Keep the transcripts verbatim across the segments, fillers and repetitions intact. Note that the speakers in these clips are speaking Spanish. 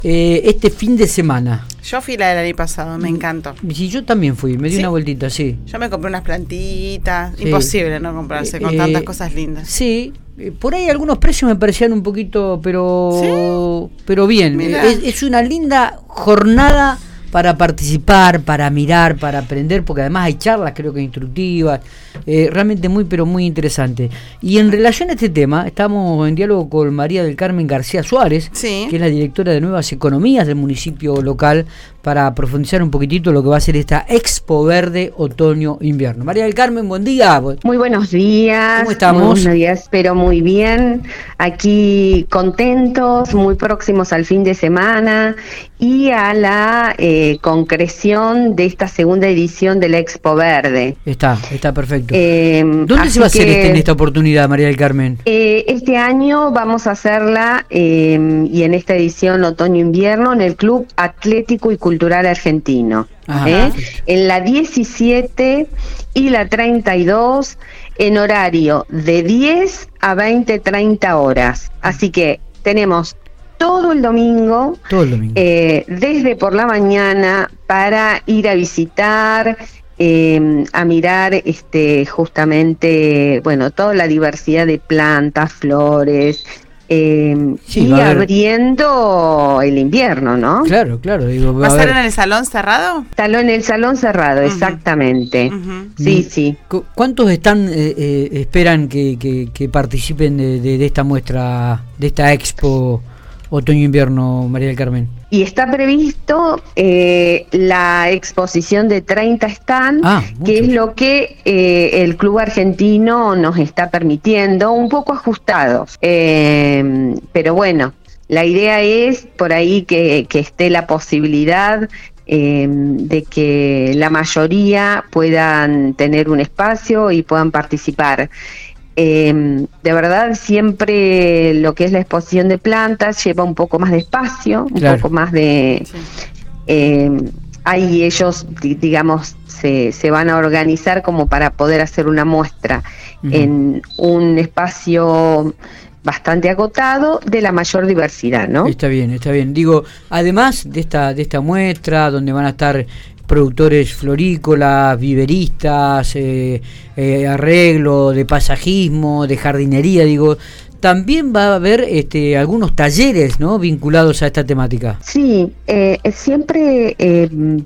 eh, este fin de semana. Yo fui la del año pasado, me encantó. Sí, yo también fui, me di ¿Sí? una vueltita, sí. Yo me compré unas plantitas, Sí. imposible no comprarse con Eh, tantas cosas lindas. Sí, eh, por ahí algunos precios me parecían un poquito, pero ¿Sí? pero bien. Mirá. Es, es una linda jornada para participar, para mirar, para aprender, porque además hay charlas, creo que instructivas, eh, realmente muy, pero muy interesante. Y en relación a este tema, estamos en diálogo con María del Carmen García Suárez, Sí. que es la directora de Nuevas Economías del municipio local, para profundizar un poquitito lo que va a ser esta Expo Verde Otoño-Invierno. María del Carmen, buen día. Muy buenos días. ¿Cómo estamos? Muy buenos días, pero muy bien. Aquí contentos, muy próximos al fin de semana y a la eh, concreción de esta segunda edición de la Expo Verde. Está, está perfecto. Eh, ¿Dónde se va a hacer que, este, en esta oportunidad, María del Carmen? Eh, este año vamos a hacerla eh, y en esta edición otoño-invierno en el Club Atlético y Cultural Argentino. Ajá, ¿eh? perfecto. En la diecisiete y la treinta y dos en horario de diez a veinte treinta horas. Así que tenemos todo el domingo, Todo el domingo. eh, desde por la mañana para ir a visitar, eh, a mirar este justamente, bueno, toda la diversidad de plantas, flores, eh, Sí, y va a haber- abriendo el invierno, ¿no? Claro, claro. Digo, ¿Va a a ser ver, en el salón cerrado? Salón, en el salón cerrado, Ujú. exactamente. Ujú. Sí, sí. ¿cu- ¿cuántos están eh, eh, esperan que, que, que participen de, de, de esta muestra, de esta Expo Otoño-Invierno, María del Carmen? Y está previsto eh, la exposición de treinta stands, Ah, que es muchos. lo que eh, el club argentino nos está permitiendo, un poco ajustados. Eh, pero bueno, la idea es por ahí que, que esté la posibilidad eh, de que la mayoría puedan tener un espacio y puedan participar. Eh, de verdad, siempre lo que es la exposición de plantas lleva un poco más de espacio, un Claro. poco más de... Sí. Eh, ahí ellos, di- digamos, se, se van a organizar como para poder hacer una muestra Ujú. en un espacio bastante acotado de la mayor diversidad, ¿no? Está bien, está bien. Digo, además de esta, de esta muestra, donde van a estar productores florícolas, viveristas, eh, eh, arreglo de pasajismo, de jardinería, digo, también va a haber este, algunos talleres, ¿no?, vinculados a esta temática. Sí, eh, siempre eh,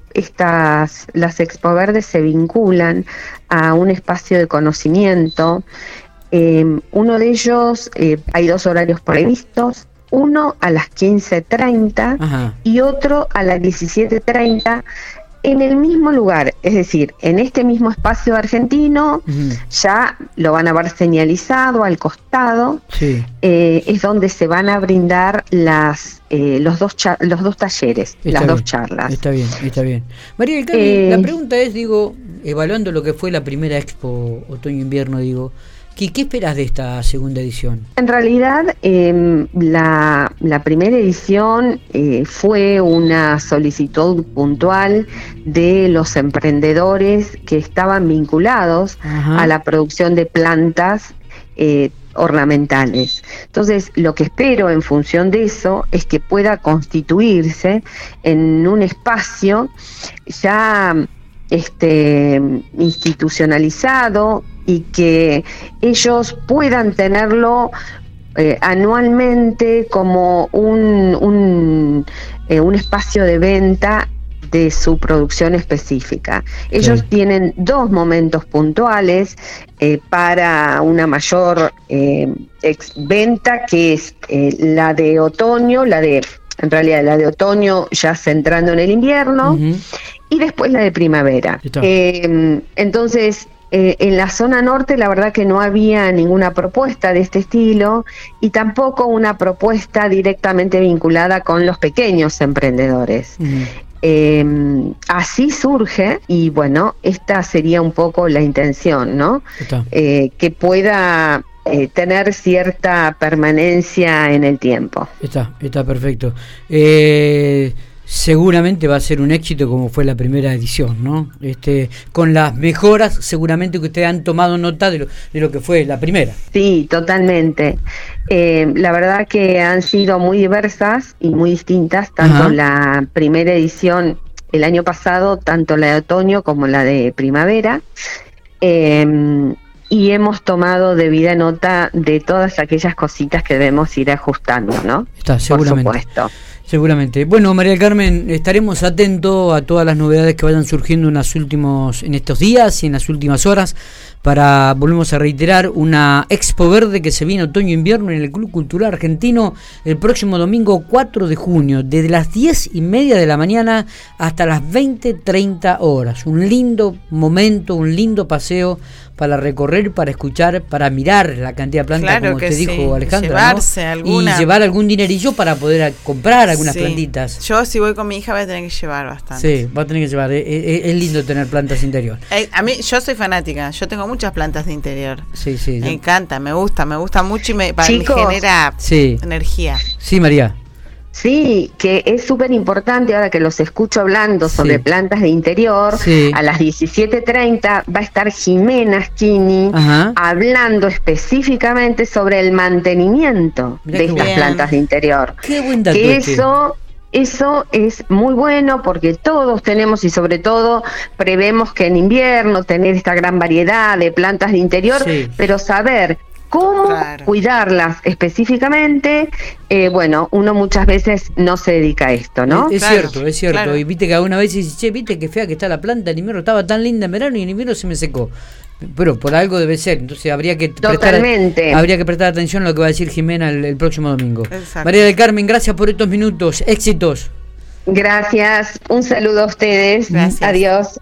estas las Expo Verdes se vinculan a un espacio de conocimiento. Eh, uno de ellos, eh, hay dos horarios previstos, uno a las quince treinta Ajá. y otro a las diecisiete treinta en el mismo lugar, es decir, en este mismo espacio argentino. Ujú. Ya lo van a ver señalizado al costado. Sí. Eh, es donde se van a brindar las eh, los dos cha- los dos talleres, Está las bien, dos charlas. Está bien, está bien. María del Carmen, Eh, la pregunta es, digo, evaluando lo que fue la primera Expo Otoño-Invierno, digo, ¿qué, qué esperas de esta segunda edición? En realidad, eh, la, la primera edición eh, fue una solicitud puntual de los emprendedores que estaban vinculados Ajá. a la producción de plantas eh, ornamentales. Entonces, lo que espero en función de eso es que pueda constituirse en un espacio ya este, institucionalizado y que ellos puedan tenerlo eh, anualmente como un, un, eh, un espacio de venta de su producción específica. Ellos Sí. tienen dos momentos puntuales eh, para una mayor eh, ex- venta, que es eh, la de otoño, la de, en realidad la de otoño ya centrando en el invierno, Ujú. y después la de primavera. Está. Eh, entonces, eh, en la zona norte la verdad que no había ninguna propuesta de este estilo y tampoco una propuesta directamente vinculada con los pequeños emprendedores. Ujú. Eh, así surge y bueno, esta sería un poco la intención, ¿no? Está. Eh, que pueda eh, tener cierta permanencia en el tiempo. Está, está perfecto. Eh, seguramente va a ser un éxito como fue la primera edición, ¿no? Este, con las mejoras seguramente que ustedes han tomado nota de lo, de lo que fue la primera. Sí, totalmente. Eh, la verdad que han sido muy diversas y muy distintas, tanto Ajá. la primera edición el año pasado, tanto la de otoño como la de primavera. Eh, y hemos tomado debida nota de todas aquellas cositas que debemos ir ajustando, ¿no? Está, seguramente. Por supuesto. Seguramente. Bueno, María del Carmen, estaremos atentos a todas las novedades que vayan surgiendo en, los últimos, en estos días y en las últimas horas para, volvemos a reiterar, una Expo Verde que se viene otoño-invierno en el Club Cultural Argentino el próximo domingo cuatro de junio, desde las diez y media de la mañana hasta las veinte treinta horas. Un lindo momento, un lindo paseo para recorrer, para escuchar, para mirar la cantidad de plantas, Claro como que te sí, dijo Alejandra, llevarse ¿no? alguna. Y llevar algún dinerillo para poder comprar algunas Sí. plantitas. Yo si voy con mi hija voy a tener que llevar bastante. Sí, va a tener que llevar. Es, es- es lindo tener plantas interior. Eh, a mí, yo soy fanática, yo tengo muchas plantas de interior. Sí, sí. Me yo- encanta, me gusta, me gusta mucho y me, pa- me Chicos. genera Sí, energía. sí, María. Sí, que es súper importante ahora que los escucho hablando sobre Sí. plantas de interior. Sí. A las diecisiete treinta va a estar Jimena Schini Ajá. hablando específicamente sobre el mantenimiento Mirá de qué estas bueno. plantas de interior. Qué buen dato Que este. eso, eso es muy bueno porque todos tenemos y sobre todo prevemos que en invierno tener esta gran variedad de plantas de interior, Sí. pero saber cómo Claro. cuidarlas específicamente, eh, bueno, uno muchas veces no se dedica a esto, ¿no? Es, es Claro, cierto, es cierto. claro. Y viste que alguna vez dices, che, viste qué fea que está la planta, en invierno estaba tan linda en verano y en invierno se me secó. Pero por algo debe ser, entonces habría que Totalmente. prestar, habría que prestar atención a lo que va a decir Jimena el, el próximo domingo. Exacto. María del Carmen, gracias por estos minutos, éxitos. Gracias, un saludo a ustedes, Gracias. adiós.